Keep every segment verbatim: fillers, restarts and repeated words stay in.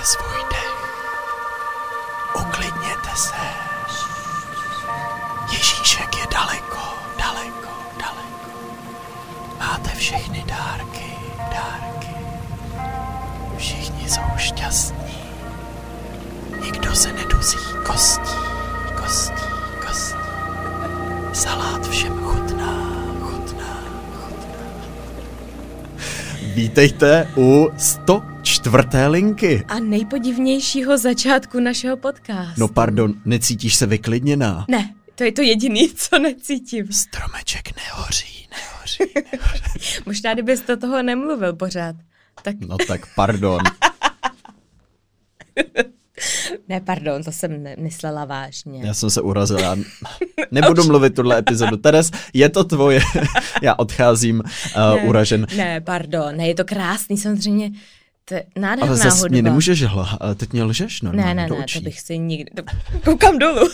svůj dech. Uklidněte se. Ježíšek je daleko, daleko, daleko. Máte všechny dárky, dárky. Všichni jsou šťastní. Nikdo se neduzí kostí, kostí, kostí. Salát všem chutná, chutná, chutná. Vítejte u sto čtvrté linky. A nejpodivnějšího začátku našeho podcastu. No pardon, necítíš se vyklidněná? Ne, to je to jediný, co necítím. Stromeček nehoří, nehoří, nehoří. Možná, kdybyste toho nemluvil pořád. Tak... No tak pardon. Ne, pardon, to jsem nemyslela vážně. Já jsem se urazil, já nebudu mluvit tuhle epizodu. Teres, je to tvoje, já odcházím uh, ne, uražen. Ne, pardon, ne, je to krásný, samozřejmě, to je nádherná ale zase hudba. mě nemůžeš lha, ale teď mě lžeš normálně Ne, ne, do ne, očí. to bych si nikdy, koukám dolů.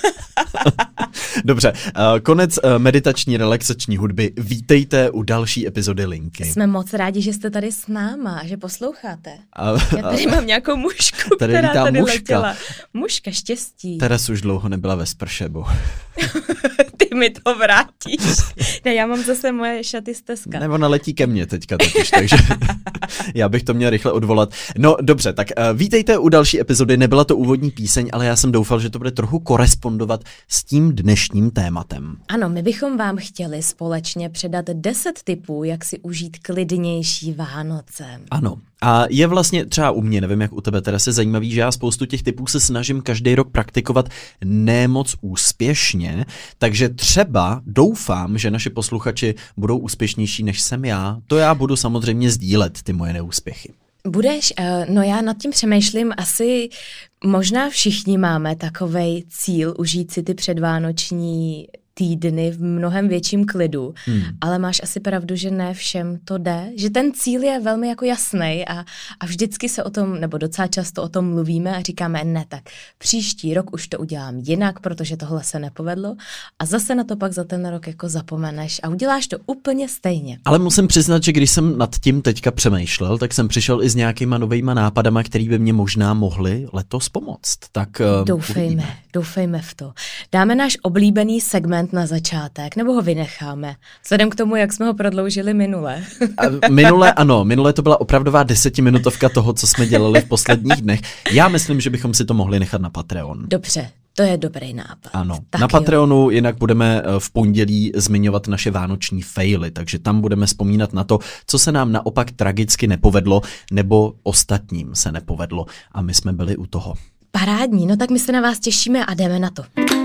Dobře, uh, konec uh, meditační relaxační hudby. Vítejte u další epizody Linky. Jsme moc rádi, že jste tady s náma a že posloucháte. A, Já tady a, mám nějakou mušku, tady která tady muška. letěla. Muška štěstí. Teres už dlouho nebyla ve sprše, bo. Ty mi to vrátíš. Ne, já mám zase moje šaty z Teska. Ne, ona letí ke mně teďka totiž, takže já bych to měl rychle odvolat. No dobře, tak uh, vítejte u další epizody. Nebyla to úvodní píseň, ale já jsem doufal, že to bude trochu korespondovat s tím dnešním tématem. Ano, my bychom vám chtěli společně předat deset tipů, jak si užít klidnější Vánoce. Ano. A je vlastně třeba u mě, nevím jak u tebe, teda se zajímavý, že já spoustu těch typů se snažím každý rok praktikovat nemoc úspěšně, takže třeba doufám, že naši posluchači budou úspěšnější než jsem já. To já budu samozřejmě sdílet, ty moje neúspěchy. Budeš, no já nad tím přemýšlím, asi možná všichni máme takovej cíl užít si ty předvánoční týdny v mnohem větším klidu, hmm. ale máš asi pravdu, že ne všem to jde, že ten cíl je velmi jako jasný a, a vždycky se o tom, nebo docela často o tom mluvíme a říkáme, ne, tak příští rok už to udělám jinak, protože tohle se nepovedlo a zase na to pak za ten rok jako zapomeneš a uděláš to úplně stejně. Ale musím přiznat, že když jsem nad tím teďka přemýšlel, tak jsem přišel i s nějakýma novejma nápadama, který by mě možná mohly letos pomoct. Tak doufejme, uvidíme. doufejme v to. Dáme náš oblíbený segment na začátek, nebo ho vynecháme? Vzhledem k tomu, jak jsme ho prodloužili minule. A minule, ano, minule to byla opravdová desetiminutovka toho, co jsme dělali v posledních dnech. Já myslím, že bychom si to mohli nechat na Patreon. Dobře, to je dobrý nápad. Ano, tak na jo. Patreonu jinak budeme v pondělí zmiňovat naše vánoční faily, takže tam budeme vzpomínat na to, co se nám naopak tragicky nepovedlo, nebo ostatním se nepovedlo a my jsme byli u toho. Parádní, no tak my se na vás těšíme a jdeme na to.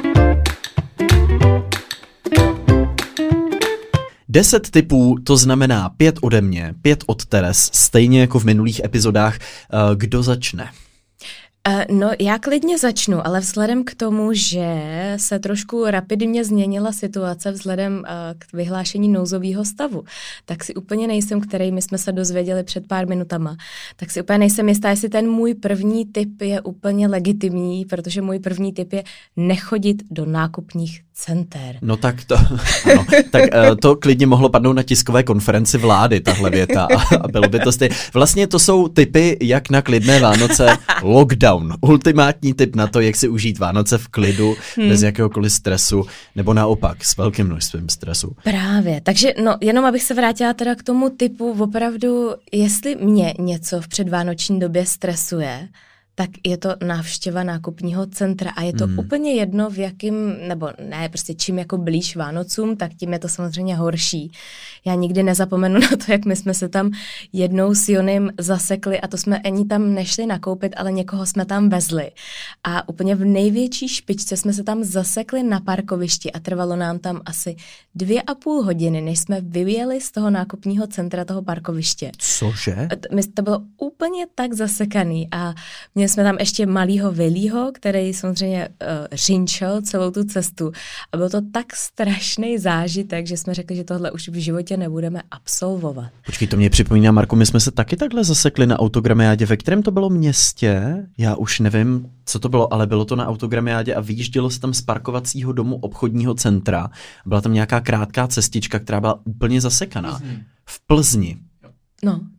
Deset tipů, to znamená pět ode mě, pět od Teres, stejně jako v minulých epizodách. Kdo začne? Uh, no, já klidně začnu, ale vzhledem k tomu, že se trošku rapidně změnila situace vzhledem uh, k vyhlášení nouzového stavu, tak si úplně nejsem, který my jsme se dozvěděli před pár minutama, tak si úplně nejsem jistá, jestli ten můj první tip je úplně legitimní, protože můj první tip je nechodit do nákupních center. No tak to, ano, tak uh, to klidně mohlo padnout na tiskové konferenci vlády, tahle věta a, a bylo by to stejné. Vlastně to jsou tipy, jak na klidné Vánoce, lockdown. Ultimátní tip na to, jak si užít Vánoce v klidu, hmm. bez jakéhokoliv stresu, nebo naopak s velkým množstvím stresu. Právě, takže no, jenom abych se vrátila teda k tomu tipu, opravdu, jestli mě něco v předvánoční době stresuje, tak je to návštěva nákupního centra a je to hmm. úplně jedno v jakým, nebo ne, prostě čím jako blíž Vánocům, tak tím je to samozřejmě horší. Já nikdy nezapomenu na to, jak my jsme se tam jednou s Jonem zasekli a to jsme ani tam nešli nakoupit, ale někoho jsme tam vezli. A úplně v největší špičce jsme se tam zasekli na parkovišti a trvalo nám tam asi dvě a půl hodiny, než jsme vyjeli z toho nákupního centra toho parkoviště. Cože? To bylo úplně tak zasekaný a mě jsme tam ještě malýho Vilího, který samozřejmě uh, řinčel celou tu cestu. A byl to tak strašný zážitek, že jsme řekli, že tohle už v životě nebudeme absolvovat. Počkej, to mě připomíná, Marko, my jsme se taky takhle zasekli na autogramiádě. Ve kterém to bylo městě? Já už nevím, co to bylo, ale bylo to na autogramiádě a vyjíždělo se tam z parkovacího domu obchodního centra. Byla tam nějaká krátká cestička, která byla úplně zasekaná. V Plzni. No,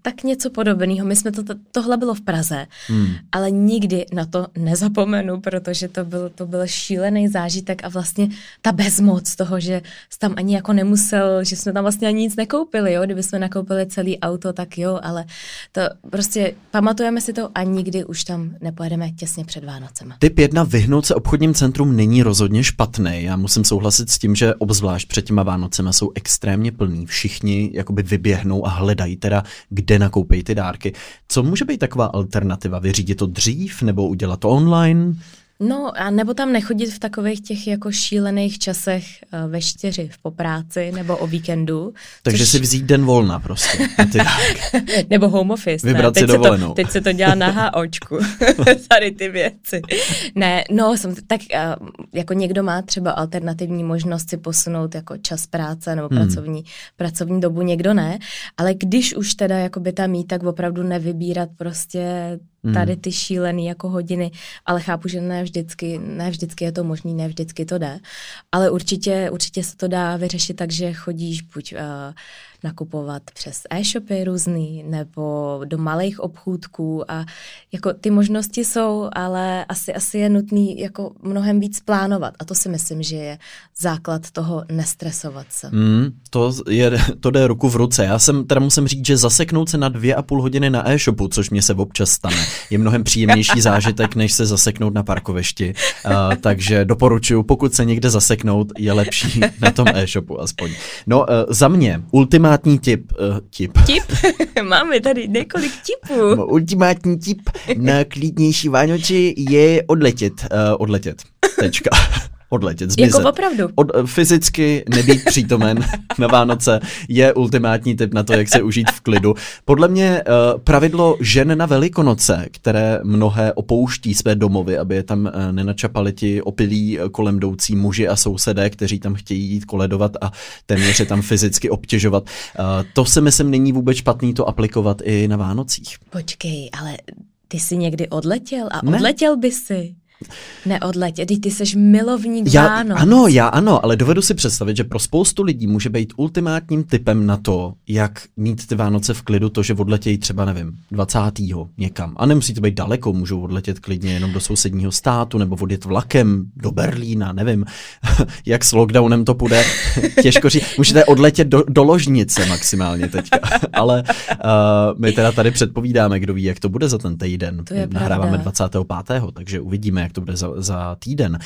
tak něco podobného. My jsme to, tohle bylo v Praze, hmm. ale nikdy na to nezapomenu, protože to byl, to byl šílený zážitek a vlastně ta bezmoc toho, že jsi tam ani jako nemusel, že jsme tam vlastně ani nic nekoupili, jo? Kdyby jsme nakoupili celý auto, tak jo, ale to prostě pamatujeme si to a nikdy už tam nepojedeme těsně před Vánocema. Tip jedna, vyhnout se obchodním centrum není rozhodně špatný. Já musím souhlasit s tím, že obzvlášť před těma Vánocema jsou extrémně plný. Všichni jakoby vyběhnou a hledají teda, kde nakoupí ty dárky. Co může být taková alternativa? Vyřídit to dřív nebo udělat to online? No a nebo tam nechodit v takových těch jako šílených časech uh, ve čtyři v popráci nebo o víkendu. Takže což... si vzít den volna prostě. Ty nebo home office. Vybrat ne? si teď dovolenou. Se to, teď se to dělá na HOčku. Tady ty věci. Ne, no jsem, tak uh, jako někdo má třeba alternativní možnost si posunout jako čas práce nebo hmm. pracovní, pracovní dobu, někdo ne. Ale když už teda jakoby tam mít, tak opravdu nevybírat prostě tady ty šílený jako hodiny, ale chápu, že ne vždycky, ne vždycky je to možný, ne vždycky to jde, ale určitě, určitě se to dá vyřešit tak, že chodíš buď uh, nakupovat přes e-shopy různý, nebo do malých obchůdků a jako ty možnosti jsou, ale asi, asi je nutný jako mnohem víc plánovat a to si myslím, že je základ toho nestresovat se. Mm, to, je, to jde ruku v ruce. Já jsem teda musím říct, že zaseknout se na dvě a půl hodiny na e-shopu, což mě se občas stane, je mnohem příjemnější zážitek, než se zaseknout na parkovišti. Uh, takže doporučuji, pokud se někde zaseknout, je lepší na tom e-shopu aspoň. No uh, za mě, ultimátní tip. Uh, tip. Tip? Máme tady několik tipů. No, ultimátní tip na klidnější Vánoči je odletět. Uh, odletět. Tečka. Odletět, zmizet. Jako opravdu. Od, fyzicky nebýt přítomen na Vánoce je ultimátní tip na to, jak se užít v klidu. Podle mě uh, pravidlo žen na Velikonoce, které mnohé opouští své domovy, aby je tam uh, nenačapali ti opilí uh, kolem jdoucí muži a sousedé, kteří tam chtějí jít koledovat a téměř je tam fyzicky obtěžovat. Uh, to si myslím není vůbec špatný to aplikovat i na Vánocích. Počkej, ale ty jsi někdy odletěl a ne. odletěl by si? Neodletět, ty jsi milovník já, Vánoc. Ano, já ano, ale dovedu si představit, že pro spoustu lidí může být ultimátním tipem na to, jak mít ty Vánoce v klidu, to, že odletějí třeba, nevím, dvacátého někam. A nemusí to být daleko, můžou odletět klidně jenom do sousedního státu nebo odjet vlakem do Berlína, nevím, jak s lockdownem to půjde. Těžko říct, můžete odletět do, do ložnice maximálně teďka. Ale uh, my teda tady předpovídáme, kdo ví, jak to bude za ten týden. Nahráváme dvacátého pátého takže uvidíme, jak to bude za, za týden.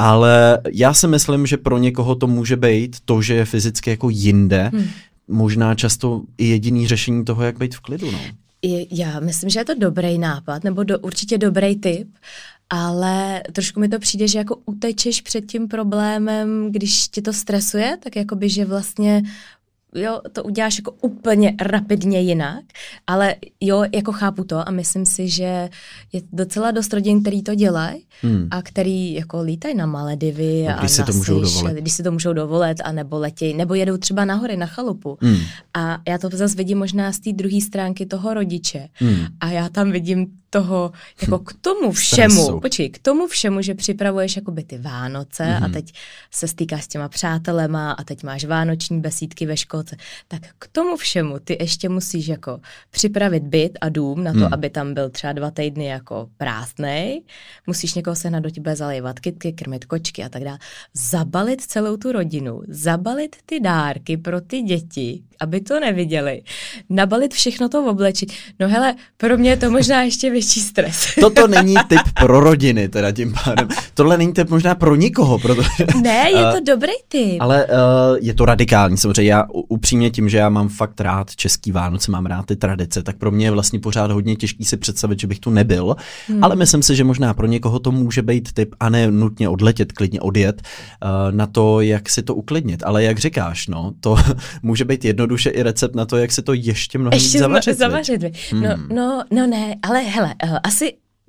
Ale já si myslím, že pro někoho to může být to, že je fyzicky jako jinde, hmm. možná často i jediný řešení toho, jak být v klidu. No. Já myslím, že je to dobrý nápad, nebo do, určitě dobrý tip, ale trošku mi to přijde, že jako utečeš před tím problémem, když tě to stresuje, tak jakoby, že vlastně jo, to uděláš jako úplně rapidně jinak, ale jo, jako chápu to a myslím si, že je docela dost rodin, který to dělají hmm. a který jako lítají na Maledivy no, a na si to můžou dovolit. Když si to můžou dovolit a nebo letějí, nebo jedou třeba na hory, na chalupu. Hmm. A já to zase vidím možná z té druhé stránky toho rodiče hmm. a já tam vidím toho, jako k tomu všemu, Stresu. počkej, k tomu všemu, že připravuješ jakoby ty Vánoce mm-hmm. a teď se stýkáš s těma přátelema a teď máš vánoční besídky ve školce, tak k tomu všemu ty ještě musíš jako připravit byt a dům na to, mm. aby tam byl třeba dva týdny jako prázdnej, musíš někoho sehnat do tebe zalévat kytky, krmit kočky a tak dále, zabalit celou tu rodinu, zabalit ty dárky pro ty děti, aby to neviděli, nabalit všechno to v obleči. No hele, pro mě je to možná ještě větší stres. Toto není tip pro rodiny, teda tím pádem. Tohle není tip možná pro nikoho. Protože, ne, je to uh, dobrý tip. Ale uh, je to radikální. Samozřejmě já upřímně tím, že já mám fakt rád český Vánoce, mám rád ty tradice, tak pro mě je vlastně pořád hodně těžký si představit, že bych tu nebyl. Hmm. Ale myslím si, že možná pro někoho to může být tip a ne nutně odletět, klidně odjet uh, na to, jak si to uklidnit. Ale jak říkáš, no, to může být jednoduše i recept na to, jak si to ještě mnohem ještě zavařit. zavařit. Hmm. No, no, no ne, ale hele, uh, asi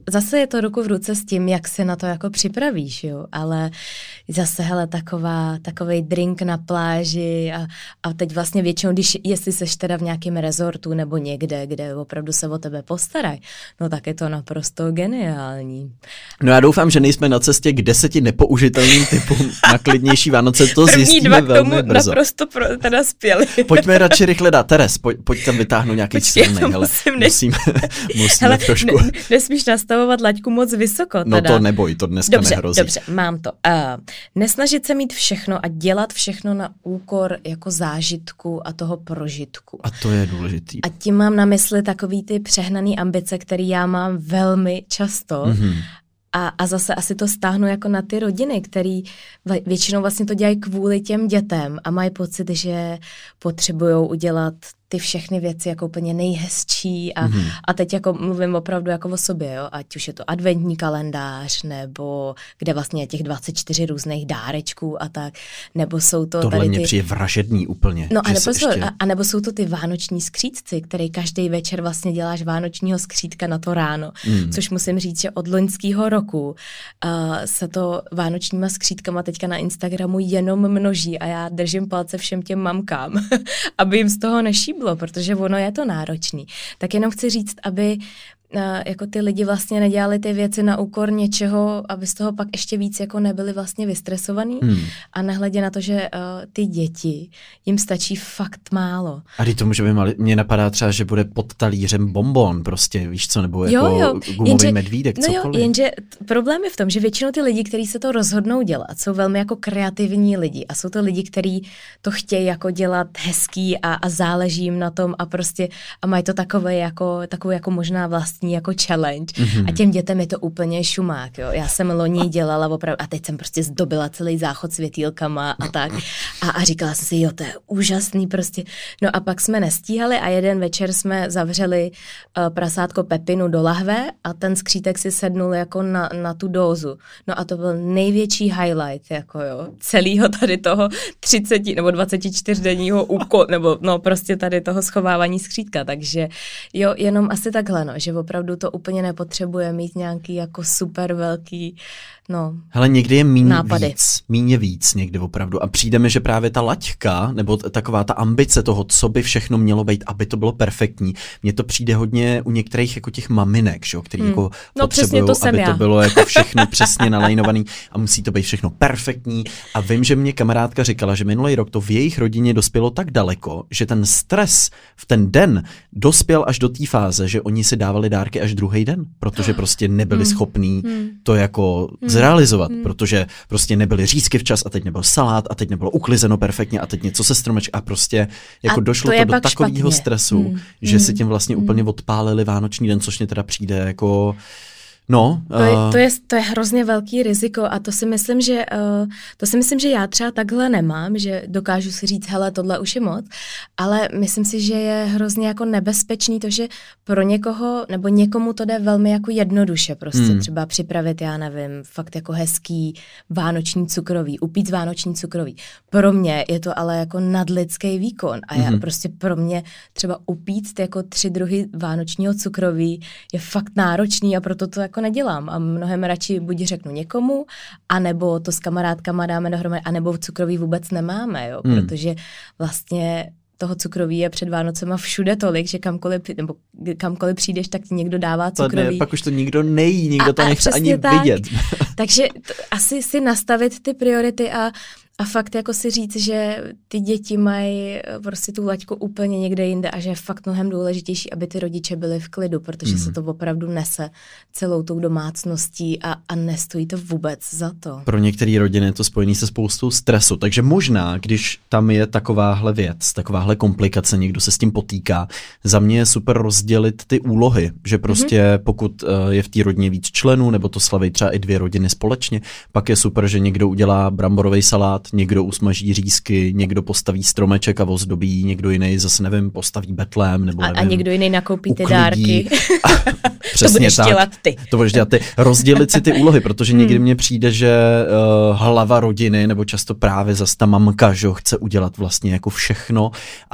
zase je to ruku v ruce s tím, jak se na to jako připravíš, jo, ale zase, hele, taková, takovej drink na pláži a, a teď vlastně většinou, když, jestli seš teda v nějakém rezortu nebo někde, kde opravdu se o tebe postarají, no tak je to naprosto geniální. No já doufám, že nejsme na cestě k deseti nepoužitelným typům na klidnější Vánoce, to První zjistíme dva velmi k tomu brzo. naprosto pro, teda spěli. Pojďme radši rychle dát. Teres, pojď, pojď tam vytáhnout nějaký silný. Hele, musím, musíme, musíme hele, trošku. Ne, nesmíš nastavovat laťku moc vysoko. Teda. No to neboj, to dneska dobře, nehrozí. Dobře, mám to. Uh, nesnažit se mít všechno a dělat všechno na úkor jako zážitku a toho prožitku. A to je důležitý. A tím mám na mysli takový ty přehnaný ambice, který já mám velmi často. Mm-hmm. A, a zase asi to stáhnu jako na ty rodiny, který většinou vlastně to dělají kvůli těm dětem a mají pocit, že potřebujou udělat ty všechny věci jako úplně nejhezčí a, mm-hmm. a teď jako mluvím opravdu jako o sobě, jo? Ať už je to adventní kalendář, nebo kde vlastně je těch dvacet čtyři různých dárečků a tak, nebo jsou to Tohle tady mě ty... přijde vražedný úplně. No a nebo, ještě... a, a nebo jsou to ty vánoční skřídci, který každý večer vlastně děláš vánočního skřídka na to ráno, mm. což musím říct, že od loňského roku uh, se to vánočníma skřídkama teďka na Instagramu jenom množí a já držím palce všem těm mamkám, aby jim z toho nešíblo, protože ono je to náročný. Tak jenom chci říct, aby uh, jako ty lidi vlastně nedělali ty věci na úkor něčeho, aby z toho pak ještě víc jako nebyli vlastně vystresovaný hmm. a nehledě na to, že uh, ty děti, jim stačí fakt málo. A když to může být malý, mně napadá třeba, že bude pod talířem bonbon prostě, víš co, nebo jako jo, jo. gumový jenže, medvídek, no cokoliv. Jo, jenže t- problém je v tom, že většinou ty lidi, kteří se to rozhodnou dělat, jsou velmi jako kreativní lidi a jsou to lidi, kteří to chtějí jako dělat hezký a, a záleží jim na tom a prostě a mají to takové jako, takovou jako možná vlastní jako challenge mm-hmm. a těm dětem je to úplně šumák, jo. Já jsem loni dělala opravdu a teď jsem prostě zdobila celý záchod světýlkama a tak a, a říkala jsem si, jo, to je úžasný prostě. No a pak jsme nestíhali a jeden večer jsme zavřeli uh, prasátko Pepinu do lahve a ten skřítek si sednul jako na, na tu dózu. No a to byl největší highlight, jako jo, celého tady toho třicet nebo dvacet čtyři denního úkol, nebo no prostě tady toho schovávání skřítka, takže jo, jenom asi takhle, no, že opravdu to úplně nepotřebuje mít nějaký jako super velký, no, hele, někdy je míň nápady. víc, míň je víc někdy opravdu a přijdeme, že právě ta laťka, nebo t- taková ta ambice toho, co by všechno mělo být, aby to bylo perfektní, mně to přijde hodně u některých jako těch maminek, že, který hmm. jako no, potřebují, to aby já. to bylo jako všechno přesně nalajnovaný a musí to být všechno perfektní a vím, že mě kamarádka říkala, že minulý rok to v jejich rodině dospělo tak daleko, že ten stres v ten den dospěl až do té fáze, že oni si dávali dárky až druhý den, protože prostě nebyli hmm. schopní hmm. to jako hmm. zrealizovat, hmm. protože prostě nebyly řízky včas a teď nebyl salát a teď nebylo uklizeno perfektně a teď něco se stromečky a prostě jako a došlo to, to do takového stresu, hmm. že hmm. si tím vlastně hmm. úplně odpálili vánoční den, což mě teda přijde jako no, to, je, to, je, to je hrozně velký riziko a to si myslím, že uh, to si myslím, že já třeba takhle nemám, že dokážu si říct, hele, tohle už je moc, ale myslím si, že je hrozně jako nebezpečný to, že pro někoho nebo někomu to jde velmi jako jednoduše prostě hmm. třeba připravit, já nevím, fakt jako hezký vánoční cukroví, upít vánoční cukroví. Pro mě je to ale jako nadlidský výkon a já hmm. prostě pro mě třeba upít jako tři druhy vánočního cukroví je fakt náročný a proto to jako nedělám a mnohem radši buď řeknu někomu, anebo to s kamarádkama dáme dohromady, anebo cukroví vůbec nemáme, jo, hmm. protože vlastně toho cukroví je před Vánocema všude tolik, že kamkoliv, nebo kamkoliv přijdeš, tak ti někdo dává cukroví. Ne, pak už to nikdo nejí, nikdo a, to nechce ani tak. vidět. Takže t- asi si nastavit ty priority a A fakt jako si říct, že ty děti mají prostě tu laťku úplně někde jinde a že je fakt mnohem důležitější, aby ty rodiče byli v klidu, protože mm. se to opravdu nese celou tou domácností a, a nestojí to vůbec za to. Pro některé rodiny je to spojené se spoustou stresu, takže možná, když tam je takováhle věc, takováhle komplikace, někdo se s tím potýká, za mě je super rozdělit ty úlohy, že prostě mm-hmm. pokud je v té rodině víc členů, nebo to slaví třeba i dvě rodiny společně, pak je super, že někdo udělá bramborový salát, někdo usmaží řízky, někdo postaví stromeček a ozdobí, někdo jiný zase nevím, postaví betlém nebo nevím, a, a někdo jiný nakoupí ty uklidí. dárky. Přesně to budeš tak. dělat ty. To budeš dělat ty. Rozdělit si ty úlohy, protože někdy mně přijde, že uh, hlava rodiny, nebo často právě zase ta mamka, že chce udělat vlastně jako všechno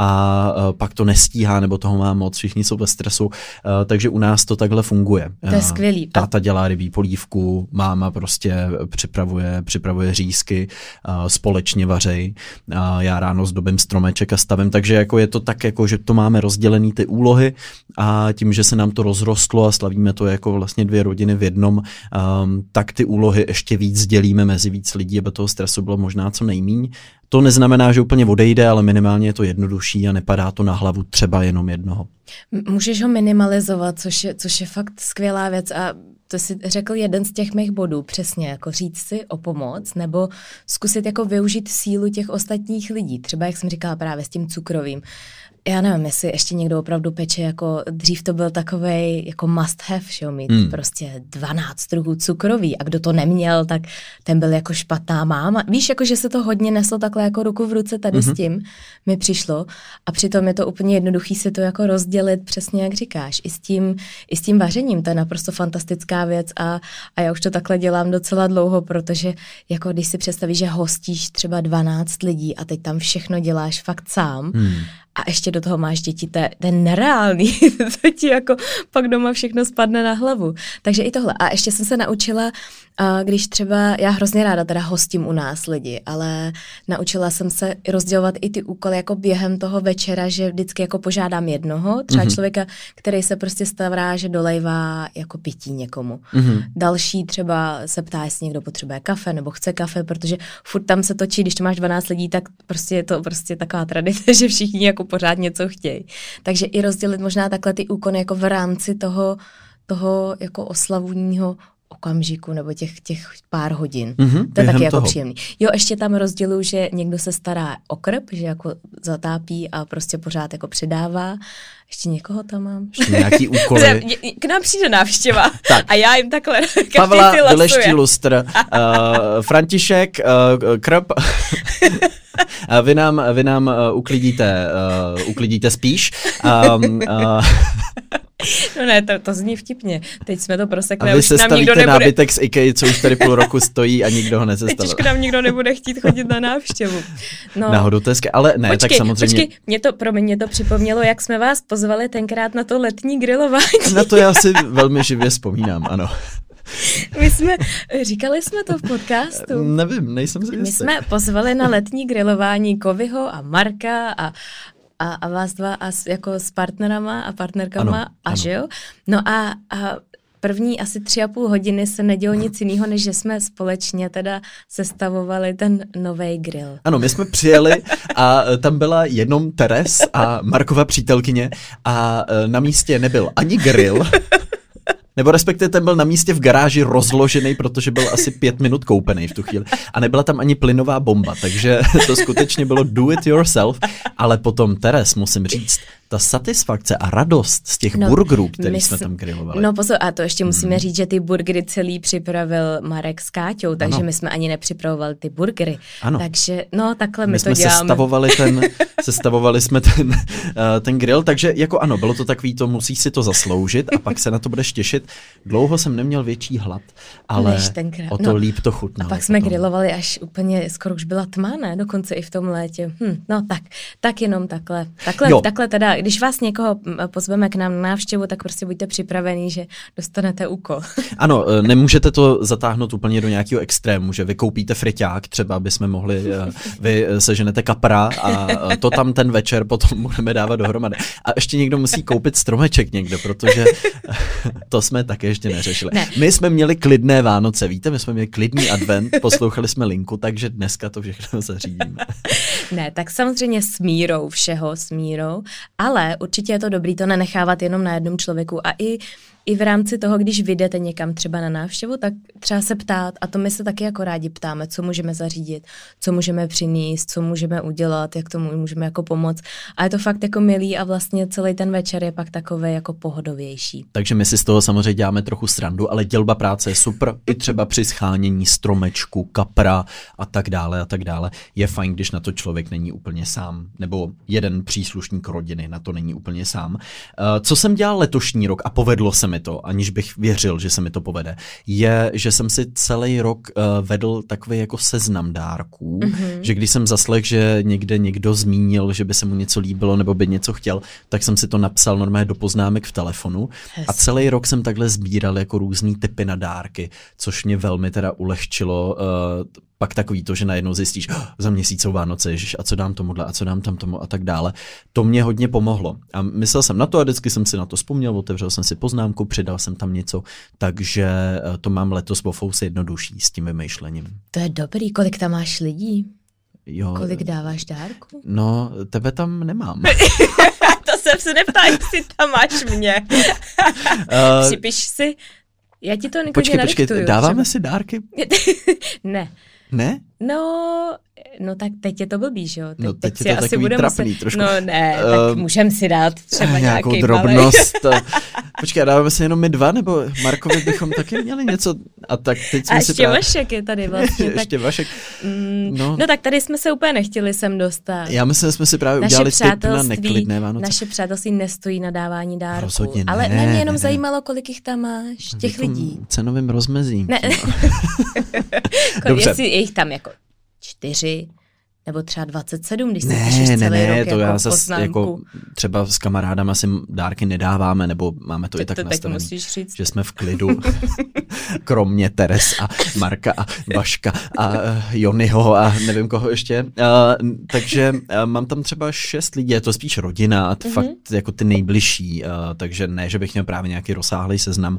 a uh, pak to nestíhá, nebo toho má moc, všichni jsou ve stresu, uh, takže u nás to takhle funguje. To je skvělý. Táta dělá rybí polívku, máma prostě připravuje, připravuje řízky, uh, společně vařej, uh, já ráno zdobím stromeček a stavím, takže jako je to tak, jako, že to máme rozdělený ty úlohy a tím, že se nám to rozrostlo a slavíme to jako vlastně dvě rodiny v jednom, um, tak ty úlohy ještě víc dělíme mezi víc lidí, aby toho stresu bylo možná co nejmíň. To neznamená, že úplně odejde, ale minimálně je to jednodušší a nepadá to na hlavu třeba jenom jednoho. Můžeš ho minimalizovat, což je, což je fakt skvělá věc a to jsi řekl jeden z těch mých bodů, přesně, jako říct si o pomoc nebo zkusit jako využít sílu těch ostatních lidí, třeba jak jsem říkala právě s tím cukrovým. Já nevím, jestli ještě někdo opravdu peče, jako dřív to byl takovej jako must have, že jo, mít hmm. prostě dvanáct druhů cukroví a kdo to neměl, tak ten byl jako špatná máma. Víš, jako že se to hodně neslo takhle jako ruku v ruce tady mm-hmm. s tím mi přišlo a přitom je to úplně jednoduchý si to jako rozdělit přesně jak říkáš. I s tím, i s tím vařením, to je naprosto fantastická věc a, a já už to takhle dělám docela dlouho, protože jako když si představíš, že hostíš třeba dvanáct lidí a teď tam všechno děláš fakt sám, hmm. a ještě do toho máš děti, to je, to je nereálný, to ti jako pak doma všechno spadne na hlavu. Takže i tohle. A ještě jsem se naučila, když třeba, já hrozně ráda teda hostím u nás lidi, ale naučila jsem se rozdělovat i ty úkoly jako během toho večera, že vždycky jako požádám jednoho, třeba mm-hmm. člověka, který se prostě stará, že dolejvá jako pití někomu. Mm-hmm. Další třeba se ptá, jestli někdo potřebuje kafe nebo chce kafe, protože furt tam se točí, když to máš dvanáct lidí, tak prostě je to prostě taková tradice, že všichni jako pořád něco chtějí. Takže i rozdělit možná takhle ty úkony jako v rámci toho, toho jako oslavního okamžiku nebo těch, těch pár hodin. Mm-hmm, to je taky jako příjemný. Jo, ještě tam rozděluju, že někdo se stará o krb, že jako zatápí a prostě pořád jako přidává. Ještě někoho tam mám. Ještě nějaký úkoly. K nám přijde návštěva tak. A já jim takhle Pavla vyleští lustr, uh, František, uh, krb. Vy nám, vy nám uh, uklidíte, uh, uklidíte spíš. Um, uh, No ne, to, to zní vtipně. Teď jsme to prosekli. A vy se stavíte nábytek z IKEA, co už tady půl roku stojí a nikdo ho nesestavil. Teď už k nám nikdo nebude chtít chodit na návštěvu. No. Náhodou to je skvělé, ale ne, počkej, tak samozřejmě. Počkej, mě to, pro mě to připomnělo, jak jsme vás pozvali tenkrát na to letní grilování. Na to já si velmi živě vzpomínám, ano. My jsme, říkali jsme to v podcastu. Nevím, nejsem si jistý. My jsme pozvali na letní grilování Kovyho a Marka a A, a vás dva a s, jako s partnerama a partnerkama ano, a ano. že jo? No a, a první asi tři a půl hodiny se nedělo nic jiného, než že jsme společně teda sestavovali ten novej grill. Ano, my jsme přijeli a tam byla jenom Teres a Markova přítelkyně a na místě nebyl ani grill, nebo respektive ten byl na místě v garáži rozložený, protože byl asi pět minut koupený v tu chvíli. A nebyla tam ani plynová bomba, takže to skutečně bylo do it yourself. Ale potom, Teres, musím říct, ta satisfakce a radost z těch no, burgerů, který jsme tam grilovali. No pozor, a to ještě musíme hmm. říct, že ty burgery celý připravil Marek s Káťou, takže ano. my jsme ani nepřipravovali ty burgery. Ano. Takže no takhle my, my to jsme děláme. Sestavovali ten, sestavovali jsme ten, uh, ten grill, takže jako ano, bylo to takový, to musíš si to zasloužit a pak se na to budeš těšit. Dlouho jsem neměl větší hlad, ale o to no, líp to chutnalo. A pak jsme potom. grilovali až úplně, skoro už byla tma, ne? Dokonce i v tom létě. Hm, no tak, tak jenom takhle. Takhle, takhle teda, když vás někoho pozveme k nám na návštěvu, tak prostě buďte připravení, že dostanete úkol. Ano, nemůžete to zatáhnout úplně do nějakého extrému, že vy koupíte friťák, třeba aby jsme mohli, vy seženete kapra a to tam ten večer potom budeme dávat dohromady. A ještě někdo musí koupit stromeček někde, protože to jsme také ještě neřešili. Ne. My jsme měli klidné Vánoce, víte, my jsme měli klidný advent, poslouchali jsme linku, takže dneska to všechno zařídíme. Ne, tak samozřejmě s mírou všeho, s mírou, ale určitě je to dobrý to nenechávat jenom na jednom člověku a i I v rámci toho, když vyjdete někam třeba na návštěvu, tak třeba se ptát, a to my se taky jako rádi ptáme, co můžeme zařídit, co můžeme přinést, co můžeme udělat, jak tomu můžeme jako pomoct. A je to fakt jako milý a vlastně celý ten večer je pak takový jako pohodovější. Takže my si z toho samozřejmě děláme trochu srandu, ale dělba práce je super. I třeba při schánění stromečku, kapra a tak dále a tak dále. Je fajn, když na to člověk není úplně sám, nebo jeden příslušník rodiny na to není úplně sám. Co jsem dělal letošní rok a povedlo se mi mi to, aniž bych věřil, že se mi to povede, je, že jsem si celý rok uh, vedl takový jako seznam dárků, mm-hmm. že když jsem zaslech, že někde někdo zmínil, že by se mu něco líbilo nebo by něco chtěl, tak jsem si to napsal normálně do poznámek v telefonu. Hezky. A celý rok jsem takhle sbíral jako různý typy na dárky, což mě velmi teda ulehčilo. Uh, pak takový to, že najednou zjistíš, oh, za měsíc jsou Vánoce, ježiš, a co dám tomuhle, a co dám tam tomu a tak dále. To mě hodně pomohlo. A myslel jsem na to a vždycky jsem si na to vzpomněl, otevřel jsem si poznámku, přidal jsem tam něco, takže to mám letos o fousy jednodušší s tím vymýšlením. To je dobrý, kolik tam máš lidí? Jo. Kolik dáváš dárku? No, tebe tam nemám. To jsem se neptala, jestli tam máš mě. uh, Připiš si, já ti to nikdy počkej, nadiktuju. Počkej, dáváme třeba si dárky? Ne. Ne? No, no tak teď je to blbý, že jo? Teď, no teď, teď je to takový trapný muset... trošku. No ne, uh, tak můžem si dát třeba nějakou nějaký drobnost. Počkej, a dáváme si jenom my dva, nebo Markovi bychom taky měli něco? A tak teď jsme a si ještě právě... Vašek je tady vlastně. ještě tak... Vašek. Mm, no. no tak tady jsme se úplně nechtěli sem dostat. Já myslím, že jsme si právě naše udělali tip na neklidné Vánoce. Naše přátelství nestojí na dávání dárků. Rozhodně ne. Ale ne, mě jenom ne. zajímalo, kolik jich tam máš, těch lidí. Cenovým rozmezím. Ne. Dobře. Jestli je jich tam jako čtyři, nebo třeba dvacet sedm, když si ne, píšeš celý ne, rok to jako já zas, poznámku. Jako třeba s kamarádama si dárky nedáváme, nebo máme to, to i tak to nastavené, že jsme v klidu, kromě Teres a Marka a Vaška a uh, Jonyho a nevím koho ještě. Uh, takže uh, mám tam třeba šest lidí, je to spíš rodina a t- mm-hmm. fakt jako ty nejbližší, uh, takže ne, že bych měl právě nějaký rozsáhlý seznam,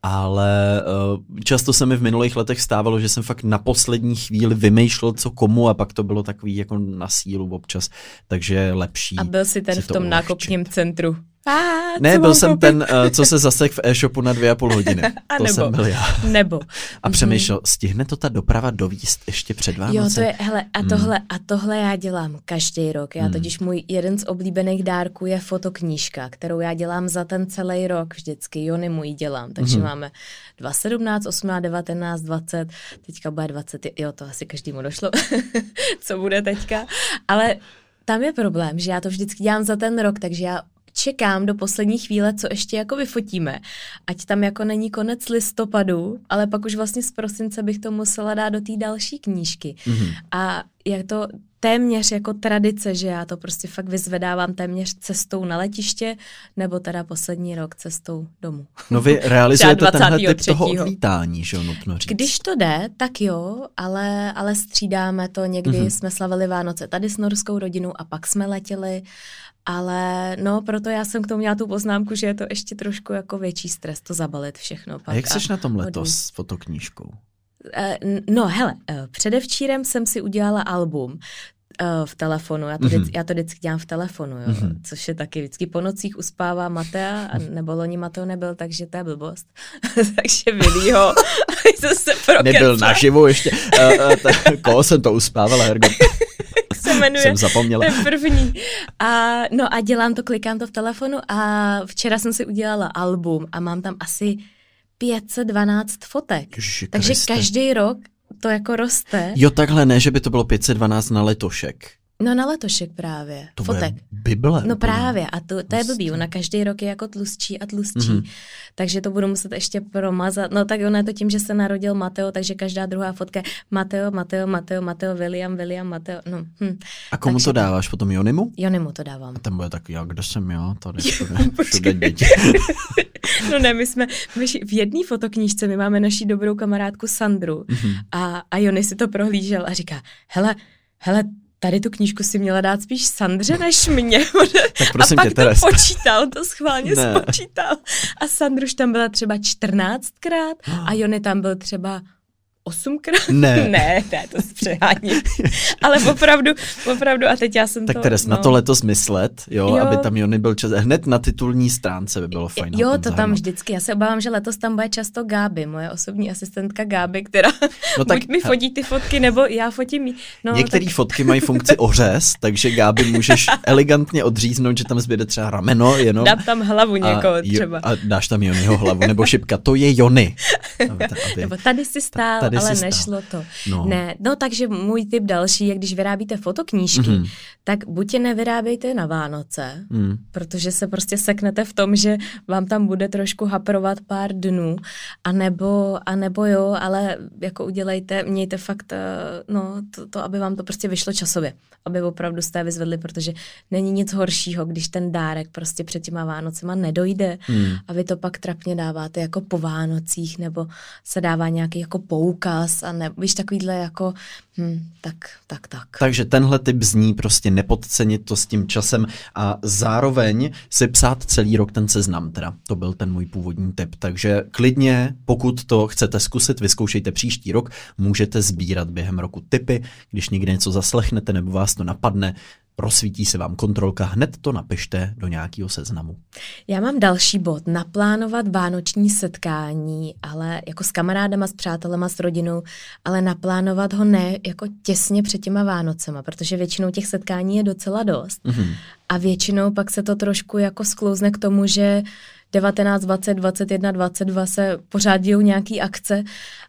ale uh, často se mi v minulých letech stávalo, že jsem fakt na poslední chvíli vymýšlel, co komu a pak to bylo takový jako na sílu občas, takže je lepší. A byl jsi ten v tom nákupním centru. A, ne, byl jsem koupit? ten, uh, co se zasek v e-shopu na dvě a půl hodiny. A to nebo, jsem byl já. Nebo. A přemýšlel, stihne to ta doprava dovízt ještě před Vánoce? Jo, to je, hele, a tohle, hmm. a tohle já dělám každý rok. Já hmm. totiž můj jeden z oblíbených dárků je fotoknížka, kterou já dělám za ten celý rok vždycky. Jony můj dělám, takže hmm. máme dva sedmnáct, osmnáct, devatenáct, dvacet, teďka bude dvacet, jo, to asi každému došlo, co bude teďka. Ale tam je problém, že já to vždycky dělám za ten rok, takže já čekám do poslední chvíle, co ještě jako vyfotíme. Ať tam jako není konec listopadu, ale pak už vlastně z prosince bych to musela dát do té další knížky. Mm-hmm. A je to téměř jako tradice, že já to prostě fakt vyzvedávám téměř cestou na letiště, nebo teda poslední rok cestou domů. No vy realizujete tenhle typ toho odlítání, že jo, nutno říct. Když to jde, tak jo, ale, ale střídáme to. Někdy mm-hmm. jsme slavili Vánoce tady s norskou rodinou a pak jsme letěli. Ale no, proto já jsem k tomu měla tu poznámku, že je to ještě trošku jako větší stres to zabalit všechno. Pak a jak seš a na tom letos hodně. s fotoknížkou? Uh, no hele, uh, předevčírem jsem si udělala album uh, v telefonu, já to, mm-hmm. vždycky, já to vždycky dělám v telefonu, jo, mm-hmm. což je taky vždycky po nocích uspává Matea, a nebo loni Mateo nebyl, takže to je blbost. Takže Vilího, jsem se prokecla. Nebyl naživu ještě, uh, uh, t- koho jsem to uspávala, Hergo? Se jmenuje, jsem zapomněla. To je první. A, no a dělám to, klikám to v telefonu a včera jsem si udělala album a mám tam asi pět set dvanáct fotek. Ježiši Takže Kriste. Každý rok to jako roste. Jo, takhle ne, že by to bylo pět set dvanáct na letošek. No na letošek právě. To fotek. Bible. No právě a to, to je blbý, ona každý rok je jako tlustší a tlustší, mm-hmm. takže to budu muset ještě promazat. No tak ono je to tím, že se narodil Mateo, takže každá druhá fotka je Mateo, Mateo, Mateo, Mateo, William, William, Mateo. No, hm. A komu takže to dáváš potom, Jonimu? Jonimu to dávám. A tam bude tak, já, kdo jsem já, tady všude, všude děti. No ne, my jsme v jedné fotoknížce, my máme naší dobrou kamarádku Sandru mm-hmm. a, a Jony si to prohlížel a říká, hele, hele, tady tu knížku si měla dát spíš Sandře než mě. Tak prosím a pak tě, Teres. to počítal, to schválně ne. spočítal. A Sandruš tam byla třeba čtrnáctkrát a Jony tam byl třeba osmkrát. Ne. ne, ne, to si přeháním. Ale opravdu, opravdu, a teď já jsem tak to... Tak Teres, no. na to letos myslet, jo, jo, aby tam Jony byl čas. Hned na titulní stránce by bylo fajn. Jo, to tam vždycky. Já se obávám, že letos tam bude často Gáby, moje osobní asistentka Gáby, která no tak, buď mi fotí ty fotky, nebo já fotím jí. No, některé tak... fotky mají funkci ořez, takže Gáby můžeš elegantně odříznout, že tam zbyde třeba rameno, jenom. Dám tam hlavu někoho a, třeba. A dáš tam Jonyho hlavu, nebo šipka, to je Jony. Aby, aby, nebo tady si stál, rády ale si nešlo to. No. Ne, no takže můj tip další je, když vyrábíte fotoknížky, mm-hmm. tak buď je nevyrábějte na Vánoce, mm. protože se prostě seknete v tom, že vám tam bude trošku haprovat pár dnů, anebo, anebo jo, ale jako udělejte, mějte fakt, no, to, to, aby vám to prostě vyšlo časově, aby opravdu jste vyzvedli, protože není nic horšího, když ten dárek prostě před těma Vánocema nedojde mm. a vy to pak trapně dáváte jako po Vánocích, nebo se dává nějaký jako poukaz a ne, víš, takovýhle jako, hm, tak, tak, tak. Takže tenhle tip zní prostě nepodcenit to s tím časem a zároveň si psát celý rok ten seznam, teda to byl ten můj původní tip, takže klidně, pokud to chcete zkusit, vyzkoušejte příští rok, můžete sbírat během roku tipy, když někde něco zaslechnete nebo vás to napadne, rozsvítí se vám kontrolka, hned to napište do nějakého seznamu. Já mám další bod, naplánovat vánoční setkání, ale jako s kamarádama, s přátelema, s rodinou, ale naplánovat ho ne jako těsně před těma Vánocema, protože většinou těch setkání je docela dost. Mm-hmm. A většinou pak se to trošku jako sklouzne k tomu, že devatenáct, dvacet, dvacet jedna, dvacet dva se pořád dějou nějaký akce.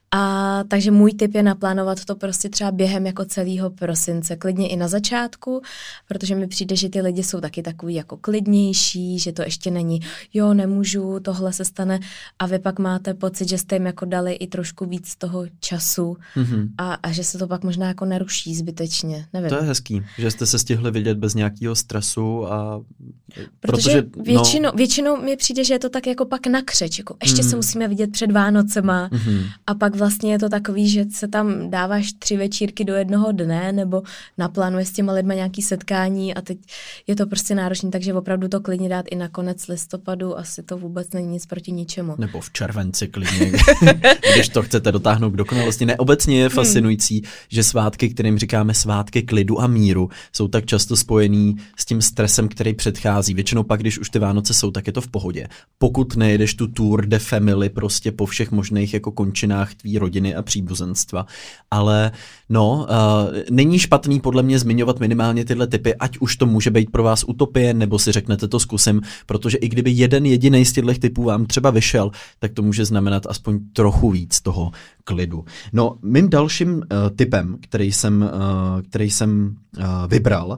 A takže můj tip je naplánovat to prostě třeba během jako celého prosince, klidně i na začátku, protože mi přijde, že ty lidi jsou taky takový jako klidnější, že to ještě není, jo, nemůžu, tohle se stane a vy pak máte pocit, že jste jim jako dali i trošku víc toho času mm-hmm. a, a že se to pak možná jako neruší zbytečně, nevím. To je hezký, že jste se stihli vidět bez nějakého stresu a protože, protože většinou, no... většinou mi přijde, že je to tak jako pak na křeč, jako ještě mm. se musíme vidět před Vánocema mm-hmm. a pak vlastně je to takový, že se tam dáváš tři večírky do jednoho dne nebo naplánuješ s těma lidma nějaký setkání a teď je to prostě náročný, takže opravdu to klidně dát i na konec listopadu, asi to vůbec není nic proti ničemu. Nebo v červenci klidně, když to chcete dotáhnout k dokonalosti. Ne, obecně je fascinující, hmm. že svátky, kterým říkáme svátky klidu a míru, jsou tak často spojený s tím stresem, který předchází. Většinou pak, když už ty Vánoce jsou, tak je to v pohodě. Pokud nejedeš tu tour de family prostě po všech možných jako končinách tvý rodiny a příbuzenstva. Ale no, uh, není špatný podle mě zmiňovat minimálně tyhle typy, ať už to může být pro vás utopie, nebo si řeknete to zkusím, protože i kdyby jeden jediný z těchto typů vám třeba vyšel, tak to může znamenat aspoň trochu víc toho klidu. No, mým dalším uh, typem, který jsem, uh, který jsem uh, vybral,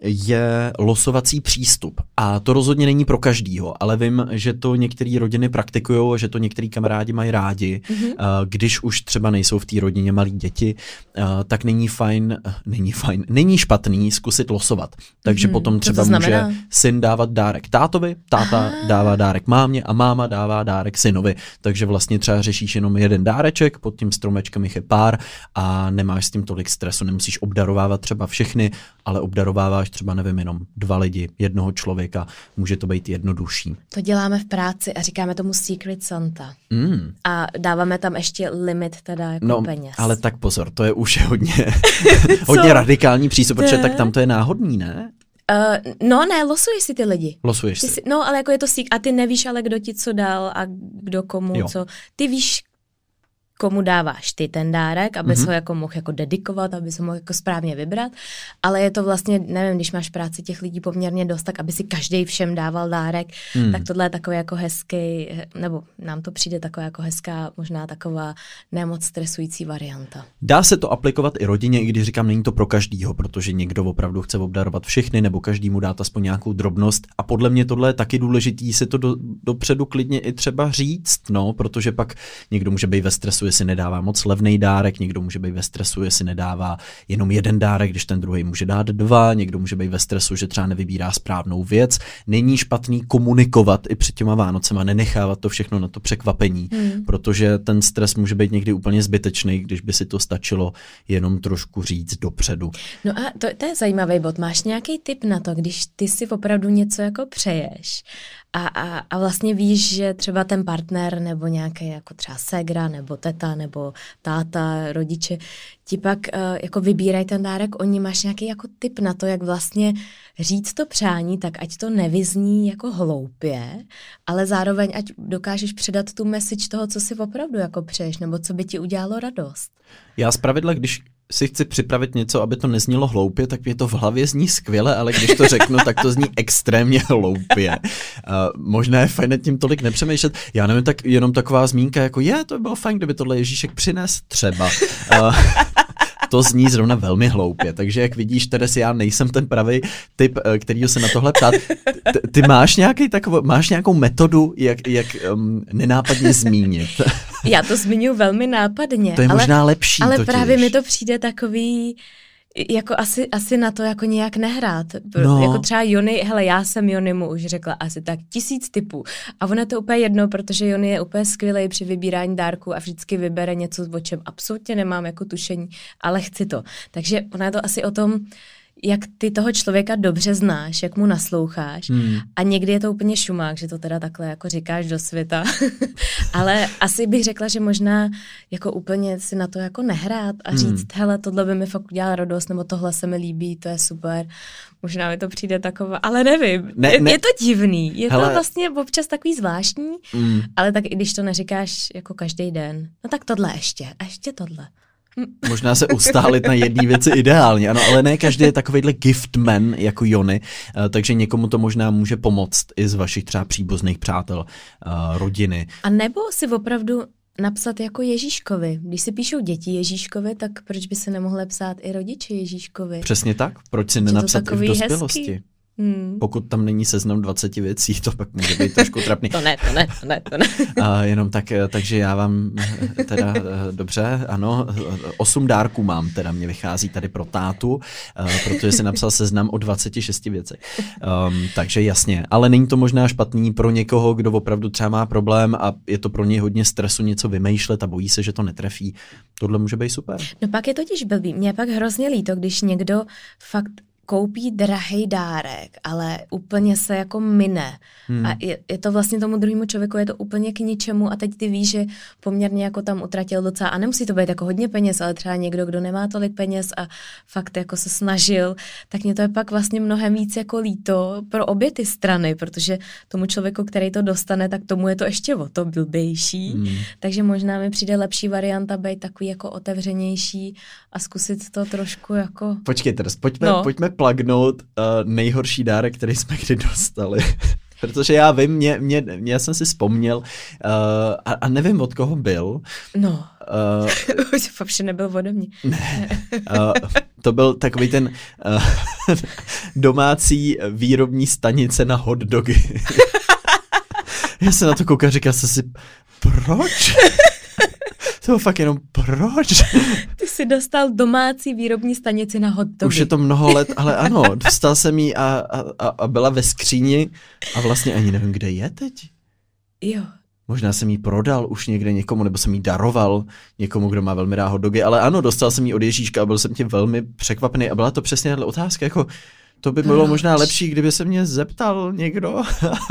je losovací přístup. A to rozhodně není pro každýho, ale vím, že to některé rodiny praktikují, že to některý kamarádi mají rádi. Mm-hmm. Když už třeba nejsou v té rodině malí děti, tak není fajn, není fajn, není špatný zkusit losovat. Takže mm-hmm. potom třeba může syn dávat dárek tátovi, táta Aha. dává dárek mámě a máma dává dárek synovi. Takže vlastně třeba řešíš jenom jeden dáreček, pod tím stromečkem jich je pár a nemáš s tím tolik stresu, nemusíš obdarovávat třeba všechny, ale obdarováváš třeba, nevím, jenom dva lidi, jednoho člověka, může to být jednodušší. To děláme v práci a říkáme tomu Secret Santa. Mm. A dáváme tam ještě limit teda jako no, peněz. Ale tak pozor, to je už hodně, hodně radikální přístup, protože tak tam to je náhodný, ne? Uh, no ne, losuješ si ty lidi. Losuješ ty si. si. No, ale jako je to sík a ty nevíš ale, kdo ti co dal a kdo komu jo. co. Ty víš, komu dáváš ty ten dárek, aby mm-hmm. ho jako mohl jako dedikovat, aby se mohl jako správně vybrat, ale je to vlastně, nevím, když máš práci těch lidí poměrně dost, tak aby si každý všem dával dárek, mm. tak tohle je takový jako hezký, nebo nám to přijde taková jako hezká, možná taková nemoc stresující varianta. Dá se to aplikovat i rodině, i když říkám, není to pro každýho, protože někdo opravdu chce obdarovat všechny, nebo každému dát aspoň nějakou drobnost a podle mě tohle je taky důležitý si to do, dopředu klidně i třeba říct, no, protože pak někdo může být ve stresu, jestli nedává moc levný dárek, někdo může být ve stresu, jestli nedává jenom jeden dárek, když ten druhý může dát dva, někdo může být ve stresu, že třeba nevybírá správnou věc. Není špatný komunikovat i před těma Vánocema, nenechávat to všechno na to překvapení, hmm. protože ten stres může být někdy úplně zbytečný, když by si to stačilo jenom trošku říct dopředu. No a to, to je zajímavý bod. Máš nějaký tip na to, když ty si opravdu něco jako přeješ a, a, a vlastně víš, že třeba ten partner nebo nějaký jako třeba ségra nebo teta nebo táta, rodiče ti pak uh, jako vybírají ten dárek, oni máš nějaký jako tip na to, jak vlastně říct to přání, tak ať to nevyzní jako hloupě, ale zároveň ať dokážeš předat tu message toho, co si opravdu jako přeješ nebo co by ti udělalo radost. Já zpravidla, když si chci připravit něco, aby to neznělo hloupě, tak mě to v hlavě zní skvěle, ale když to řeknu, tak to zní extrémně hloupě. Uh, možná je fajn nad tím tolik nepřemýšlet. Já nevím, tak jenom taková zmínka, jako je, to by bylo fajn, kdyby tohle Ježíšek přines třeba. Uh, To zní zrovna velmi hloupě, takže jak vidíš, Teres, já nejsem ten pravý typ, kterýho se na tohle ptát. Ty, ty máš, nějaký takovou, máš nějakou metodu, jak, jak um, nenápadně zmínit? Já to zmiňuji velmi nápadně. To je ale, možná lepší Ale totiž. právě mi to přijde takový, jako asi, asi na to jako nějak nehrát. No. Jako třeba Jony, hele, já jsem Jonymu už řekla asi tak tisíc typů. A ono je to úplně jedno, protože Jony je úplně skvělý při vybírání dárků a vždycky vybere něco, o čem absolutně nemám jako tušení, ale chci to. Takže ono je to asi o tom, jak ty toho člověka dobře znáš, jak mu nasloucháš. Hmm. A někdy je to úplně šumák, že to teda takhle jako říkáš do světa. Ale asi bych řekla, že možná jako úplně si na to jako nehrát a říct, hmm. hele, tohle by mi fakt udělala radost, nebo tohle se mi líbí, to je super. Možná mi to přijde taková, ale nevím. Ne, je, ne. je to divný. Je hele. to vlastně občas takový zvláštní, hmm. ale tak i když to neříkáš jako každý den, no tak tohle ještě, a ještě tohle. Možná se ustálit na jedné věci ideálně, ano, ale ne každý je takovejhle giftman jako Jony, takže někomu to možná může pomoct i z vašich třeba příbuzných přátel, rodiny. A nebo si opravdu napsat jako Ježíškovi. Když si píšou děti Ježíškovi, tak proč by se nemohly psát i rodiče Ježíškovi? Přesně tak, proč si nenapsat i v dospělosti? Hezký. Hmm. Pokud tam není seznam dvacet věcí, to pak může být trošku trapný. to ne, to ne, to ne, to ne. A jenom tak, takže já vám teda dobře, ano, osm dárků mám, teda mě vychází tady pro tátu, protože si napsal seznam o dvaceti šesti věcech. Um, takže jasně, ale není to možná špatný pro někoho, kdo opravdu třeba má problém a je to pro něj hodně stresu něco vymýšlet a bojí se, že to netrefí. Tohle může být super. No pak je totiž blbý. Mě je pak hrozně líto, když někdo fakt koupí drahej dárek, ale úplně se jako mine. Hmm. A je, je to vlastně tomu druhému člověku, je to úplně k ničemu a teď ty víš, že poměrně jako tam utratil docela, a nemusí to být jako hodně peněz, ale třeba někdo, kdo nemá tolik peněz a fakt jako se snažil, tak mě to je pak vlastně mnohem víc jako líto pro obě ty strany, protože tomu člověku, který to dostane, tak tomu je to ještě o to blbější. Hmm. Takže možná mi přijde lepší varianta být takový jako otevřenější a zkusit to trošku jako... Počkej, teraz, pojďme, no. pojďme plagnout uh, nejhorší dárek, který jsme kdy dostali. Protože já vím, mě, mě, mě já jsem si vzpomněl uh, a, a nevím, od koho byl. No, uh, už fakt nebyl ode mě. Ne, uh, to byl takový ten uh, domácí výrobní stanice na hot dogy. Já se na to koukám a říkal jsem si, proč? To bylo fakt jenom proč? Ty jsi dostal domácí výrobní stanici na hot dogy. Už je to mnoho let, ale ano, dostal jsem ji a, a, a byla ve skříni a vlastně ani nevím, kde je teď. Jo. Možná jsem ji prodal už někde někomu, nebo jsem ji daroval někomu, kdo má velmi rád hot dogy, ale ano, dostal jsem ji od Ježíška a byl jsem tím velmi překvapený a byla to přesně tato otázka, jako to by bylo Proč? možná lepší, kdyby se mě zeptal někdo.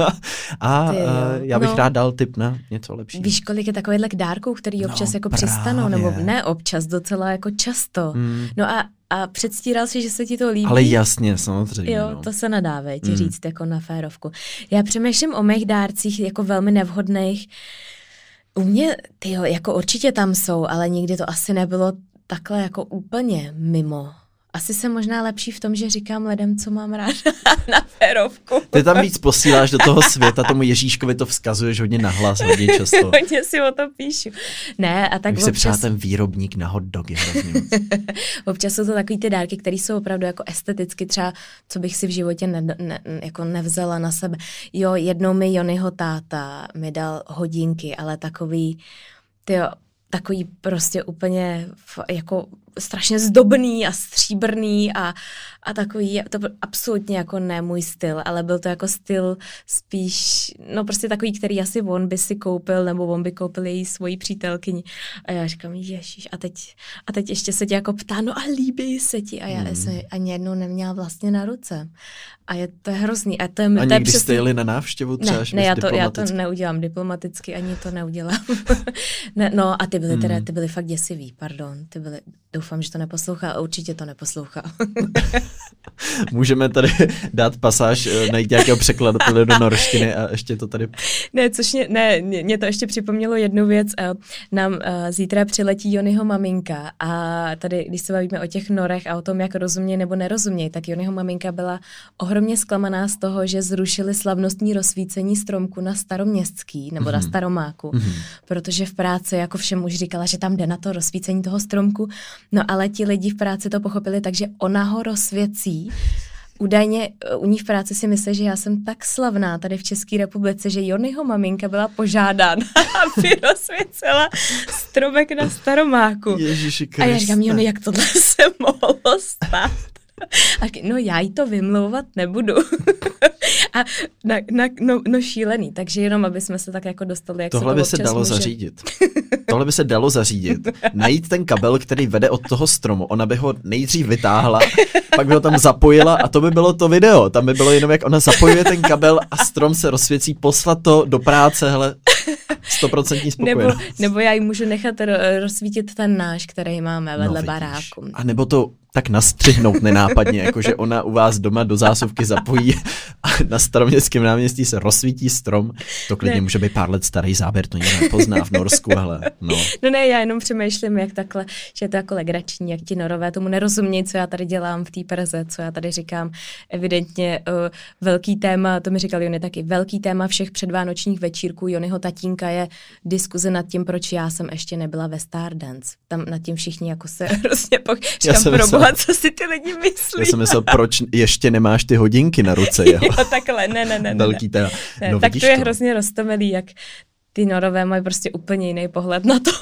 A uh, já bych no, rád dal tip na něco lepšího. Víš, kolik je takovýhle dárků, který občas no, jako právě. přistanou, nebo ne občas, docela jako často. Hmm. No a, a předstíral si, že se ti to líbí? Ale jasně, samozřejmě. Jo, no. to se nedá, veď, hmm. říct jako na férovku. Já přemýšlím o mých dárcích jako velmi nevhodných. U mě, tyjo, jako určitě tam jsou, ale nikdy to asi nebylo takhle jako úplně mimo. Asi jsem možná lepší v tom, že říkám lidem, co mám rád na férovku. Ty tam víc posíláš do toho světa, tomu Ježíškovi to vzkazuješ hodně nahlas, hodně často. Hodně si o to píšu. Ne, a tak občas... se přál ten výrobník na hot dogy. Občas jsou to takový ty dárky, které jsou opravdu jako esteticky, třeba co bych si v životě ne, ne, jako nevzala na sebe. Jo, jednou mi Jonyho táta mi dal hodinky, ale takový, tyjo, takový prostě úplně jako strašně zdobný a stříbrný a, a takový, to byl absolutně jako ne můj styl, ale byl to jako styl spíš, no prostě takový, který asi on by si koupil, nebo on by koupil její svoji přítelkyni. A já říkám, ježiš, a teď, a teď ještě se tě jako ptá, no a líbí se ti? A já hmm. jsem ani jednou neměla vlastně na ruce. A je to hrozný. A, to je, a to je někdy přesný... jste jeli na návštěvu třeba? Ne, ne já, to, já to neudělám diplomaticky, ani to neudělám. ne, no a ty byly teda, ty byly fakt děsivý, pardon. Ty byly, doufám, že to neposlouchá a určitě to neposlouchá. Můžeme tady dát pasáž, najít nějakého překladatele do norštiny a ještě to tady... Ne, což mě, ne, mě to ještě připomnělo jednu věc. Nám zítra přiletí Jonyho maminka a tady, když se bavíme o těch norech a o tom, jak rozumějí nebo nerozumějí, tak Jonyho maminka byla ohromně zklamaná z toho, že zrušili slavnostní rozsvícení stromku na Staroměstský nebo mm-hmm. na Staromáku, mm-hmm. protože v práci jako všem už říkala, že tam jde na to rozsvícení toho stromku, no ale ti lidi v práci to pochopili, takže ona ho rozsvěcí. Údajně u ní v práci si myslí, že já jsem tak slavná tady v České republice, že Jonyho maminka byla požádána, aby rozsvěcela stromek na Staromáku. Ježiši Kriste. A já říkám, Jony, jak tohle se mohlo stát? A no já jí to vymlouvat nebudu. A na, na, no, no šílený, takže jenom, aby jsme se tak jako dostali, jak Tohle se to by se dalo může. zařídit. Tohle by se dalo zařídit. Najít ten kabel, který vede od toho stromu. Ona by ho nejdřív vytáhla, pak by ho tam zapojila a to by bylo to video. Tam by bylo jenom, jak ona zapojuje ten kabel a strom se rozsvěcí, poslat to do práce, hele, stoprocentní spokojenost. Nebo, nebo já jí můžu nechat rozsvítit ten náš, který máme vedle no, baráku. A nebo to tak nastřihnout nenápadně, jakože ona u vás doma do zásuvky zapojí a na Staroměstském náměstí se rozsvítí strom. To klidně ne. může být pár let starý záběr, to nikdo nepozná v Norsku, hele. No. no ne, já jenom přemýšlím, jak takhle, že je to jako legrační, jak ti Norové tomu nerozumějí, co já tady dělám v té Praze, co já tady říkám. Evidentně uh, velký téma, to mi říkal Jony taky, velký téma všech předvánočních večírků Jonyho tatínka je diskuze nad tím, proč já jsem ještě nebyla ve Stardance. Tam nad tím všichni jako se hrozně po... Říkám, proboha, co si ty lidi myslí? Já jsem myslel, proč ještě nemáš ty hodinky na ruce, jo? jo takhle, ne, ne, ne. Velký téma. Ne, no, tak to je to. hrozně roztomilý, jak ty Norové mají prostě úplně jiný pohled na to.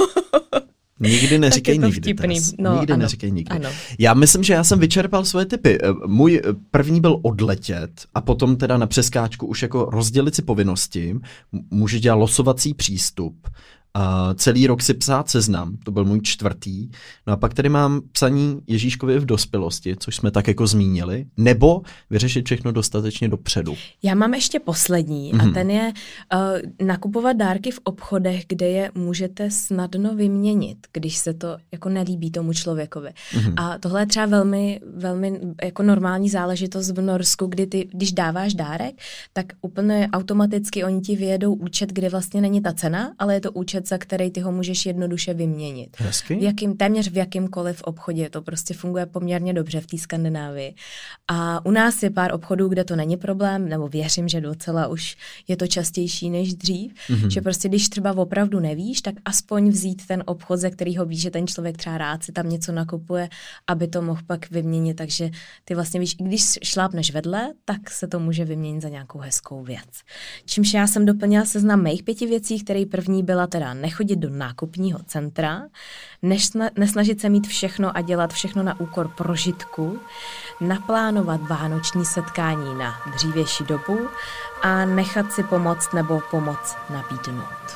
Nikdy neříkej nikdy. No, nikdy ano, neříkej nikdy. Ano. Já myslím, že já jsem vyčerpal svoje tipy. Můj první byl odletět a potom teda na přeskáčku už jako rozdělit si povinnosti. Může dělat losovací přístup. Uh, celý rok si psát seznam, to byl můj čtvrtý. No a pak tady mám psaní Ježíškově v dospělosti, což jsme tak jako zmínili, nebo vyřešit všechno dostatečně dopředu. Já mám ještě poslední mm-hmm. a ten je uh, nakupovat dárky v obchodech, kde je můžete snadno vyměnit, když se to jako nelíbí tomu člověkovi. Mm-hmm. A tohle je třeba velmi, velmi jako normální záležitost v Norsku, kdy ty, když dáváš dárek, tak úplně automaticky oni ti vyjedou účet, kde vlastně není ta cena, ale je to účet, za který ty ho můžeš jednoduše vyměnit. Hezky. V jakým, téměř v jakýmkoliv obchodě to prostě funguje poměrně dobře v té Skandinávii. A u nás je pár obchodů, kde to není problém, nebo věřím, že docela už je to častější než dřív, mm-hmm. že prostě když třeba opravdu nevíš, tak aspoň vzít ten obchod, ze kterého víš, že ten člověk třeba rád si tam něco nakupuje, aby to mohl pak vyměnit. Takže ty vlastně víš, i když šlápneš vedle, tak se to může vyměnit za nějakou hezkou věc. Čímž já jsem doplnila seznam mých pěti věcí, které první byla teda nechodit do nákupního centra, nesna- nesnažit se mít všechno a dělat všechno na úkor prožitku, naplánovat vánoční setkání na dřívější dobu a nechat si pomoct nebo pomoc nabídnout.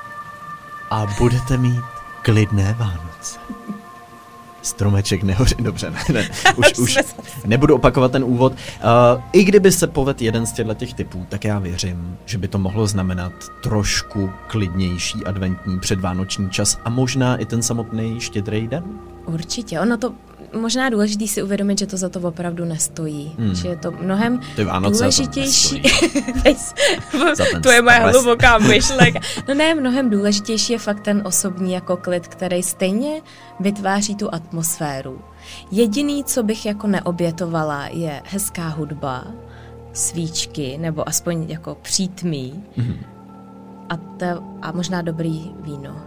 A budete mít klidné Vánoce. Stromeček nehoří, dobře, ne, ne. Už, už nebudu opakovat ten úvod. Uh, I kdyby se povedl jeden z těchto typů, tak já věřím, že by to mohlo znamenat trošku klidnější adventní předvánoční čas a možná i ten samotný štědrý den. Určitě, ono to možná důležitý si uvědomit, že to za to opravdu nestojí. Hmm. Že je to mnohem důležitější. To je moje hluboká myšlenka. No ne, mnohem důležitější je fakt ten osobní jako klid, který stejně vytváří tu atmosféru. Jediný, co bych jako neobětovala, je hezká hudba, svíčky, nebo aspoň jako přítmí. Hmm. A, to, a možná dobrý víno.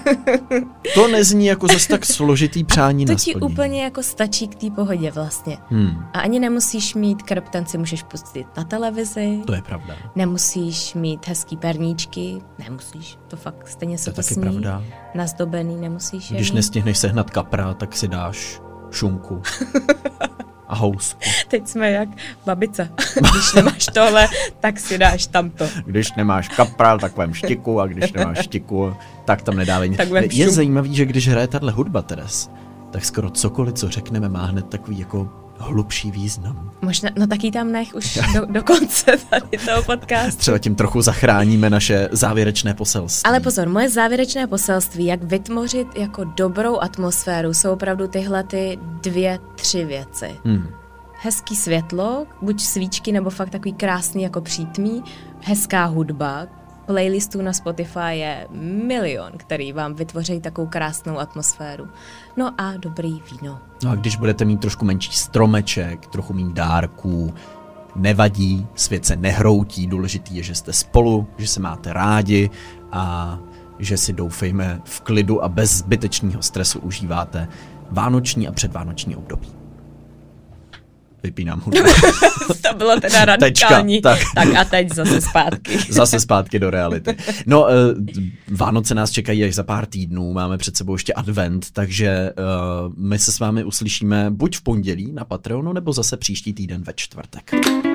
To nezní jako zase tak složitý přání na To ti splnění. úplně jako stačí k té pohodě vlastně. Hmm. A ani nemusíš mít krb, ten si můžeš pustit na televizi. To je pravda. Nemusíš mít hezký perníčky. Nemusíš. To fakt stejně se to, to sní. Pravda. Nazdobený nemusíš. Když nestihneš sehnat kapra, tak si dáš šunku. A housku. Teď jsme jak babice. Když nemáš tohle, tak si dáš tamto. Když nemáš kapra, tak vem štiku, a když nemáš štiku, tak tam nedávej nic. Je šum. Zajímavý, že když hraje tahle hudba, Teres, tak skoro cokoliv, co řekneme, má hned takový jako hlubší význam. Možná, no taky tam nech už do, do konce tady toho podcastu. Třeba tím trochu zachráníme naše závěrečné poselství. Ale pozor, moje závěrečné poselství, jak vytvořit jako dobrou atmosféru, jsou opravdu tyhle ty dvě, tři věci. Hmm. Hezký světlo, buď svíčky, nebo fakt takový krásný jako přítmí, hezká hudba, playlistů na Spotify je milion, který vám vytvoří takovou krásnou atmosféru. No a dobrý víno. No a když budete mít trošku menší stromeček, trochu méně dárků, nevadí, svět se nehroutí, důležitý je, že jste spolu, že se máte rádi a že si doufejme v klidu a bez zbytečného stresu užíváte vánoční a předvánoční období. Vypínám hudbu. To bylo teda radikální. Tak. tak a teď zase zpátky. Zase zpátky do reality. No, Vánoce nás čekají až za pár týdnů, máme před sebou ještě advent, takže uh, my se s vámi uslyšíme buď v pondělí na Patreonu, nebo zase příští týden ve čtvrtek.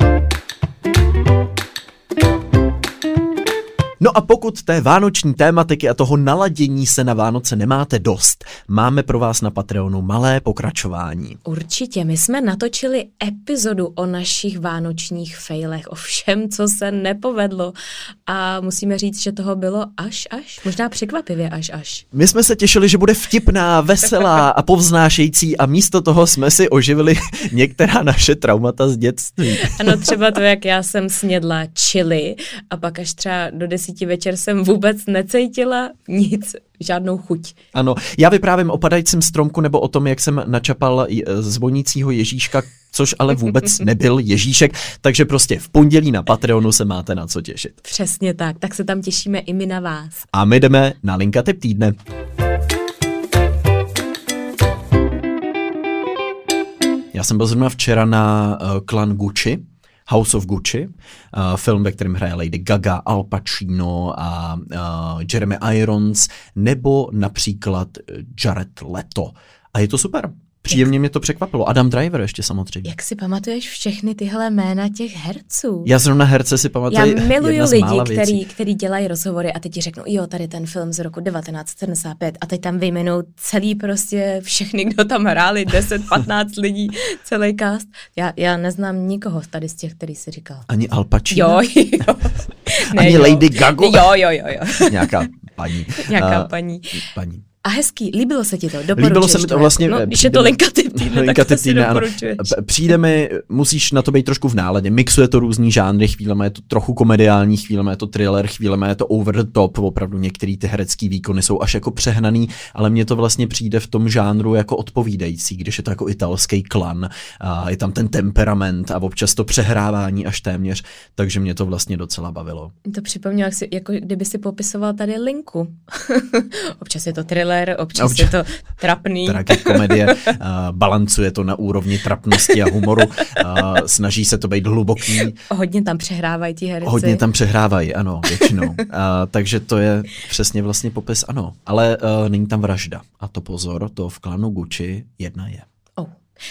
No a pokud té vánoční tématiky a toho naladění se na Vánoce nemáte dost, máme pro vás na Patreonu malé pokračování. Určitě, my jsme natočili epizodu o našich vánočních failech, o všem, co se nepovedlo a musíme říct, že toho bylo až až, možná překvapivě až až. My jsme se těšili, že bude vtipná, veselá a povznášející a místo toho jsme si oživili některá naše traumata z dětství. Ano, třeba to, jak já jsem snědla chili a pak až třeba do desíti večer jsem vůbec necítila nic, žádnou chuť. Ano, já vyprávím o padajícím stromku nebo o tom, jak jsem načapal zvonícího Ježíška, což ale vůbec nebyl Ježíšek, takže prostě v pondělí na Patreonu se máte na co těšit. Přesně tak, tak se tam těšíme i my na vás. A my jdeme na Linka tip týdne. Já jsem byl zrovna včera na uh, klan Gucci, House of Gucci, uh, film, ve kterém hraje Lady Gaga, Al Pacino a uh, Jeremy Irons, nebo například Jared Leto. A je to super. Příjemně mě to překvapilo. Adam Driver ještě samozřejmě. Jak si pamatuješ všechny tyhle jména těch herců? Já zrovna herce si pamatuju. Já miluju lidi, který, který dělají rozhovory a teď ti řeknou, jo, tady ten film z roku devatenáct sedmdesát pět a teď tam vyjmenou celý prostě všechny, kdo tam hráli, deset patnáct lidí, celý cast. Já, já neznám nikoho tady z těch, který si říkal. Ani Al Pacino? Jo, jo. Ne, Ani jo. Lady Gaga? Jo, jo, jo, jo. Nějaká paní. Nějaká uh, paní. Paní. A hezký, líbilo se ti to, doporučuješ? Líbilo se mi to vlastně. No, když je to Linka tip týdne, tak to si doporučuješ. Přijde mi, musíš na to být trošku v náladě. Mixuje to různý žánry, chvílema je to trochu komediální, chvílema je to thriller, chvílema je to over the top, opravdu některý ty herecký výkony jsou až jako přehnaný, ale mně to vlastně přijde v tom žánru jako odpovídající, když je to jako italský klan, a je tam ten temperament a občas to přehrávání až téměř, takže mě to vlastně docela bavilo. To připomnělo, jak si, jako kdyby si popisoval tady Linku. Občas je to thriller, občas, občas je to trapný. Tragikomedie, uh, balancuje to na úrovni trapnosti a humoru, uh, snaží se to být hluboký. Hodně tam přehrávají ti herci. Hodně tam přehrávají, ano, většinou. Uh, takže to je přesně vlastně popis, ano. Ale uh, není tam vražda. A to pozor, to v klanu Gucci jedna je. Oh.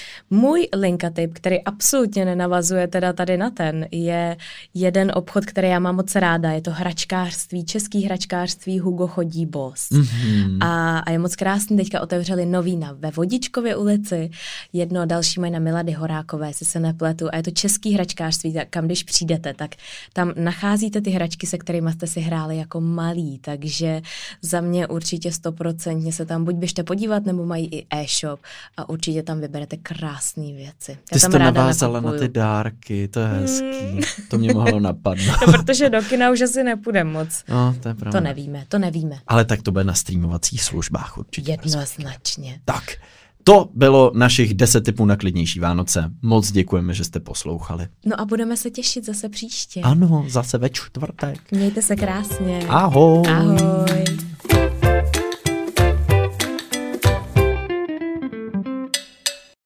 Můj Linka tip, který absolutně nenavazuje teda tady na ten, je jeden obchod, který já mám moc ráda. Je to hračkářství, český hračkářství Hugo chodí boss. Mm-hmm. A, a je moc krásný. Teďka otevřeli nový na ve Vodičkově ulici. Jedno další mají na Milady Horákové, jestli se nepletu. A je to český hračkářství, tak kam když přijdete, tak tam nacházíte ty hračky, se kterými jste si hráli jako malí. Takže za mě určitě stoprocentně se tam buď běžte podívat, nebo mají i e-shop a určitě tam vyberete krásné věci. Ty jsi to navázala na ty dárky, to je hezký. Mm. To mě mohlo napadnout. No, protože do kina už asi nepůjdem moc. No, to je pravda. To nevíme, to nevíme. Ale tak to bude na streamovacích službách určitě. Jednoznačně. Tak, to bylo našich deset tipů na klidnější Vánoce. Moc děkujeme, že jste poslouchali. No a budeme se těšit zase příště. Ano, zase ve čtvrtek. Mějte se krásně. Ahoj. Ahoj.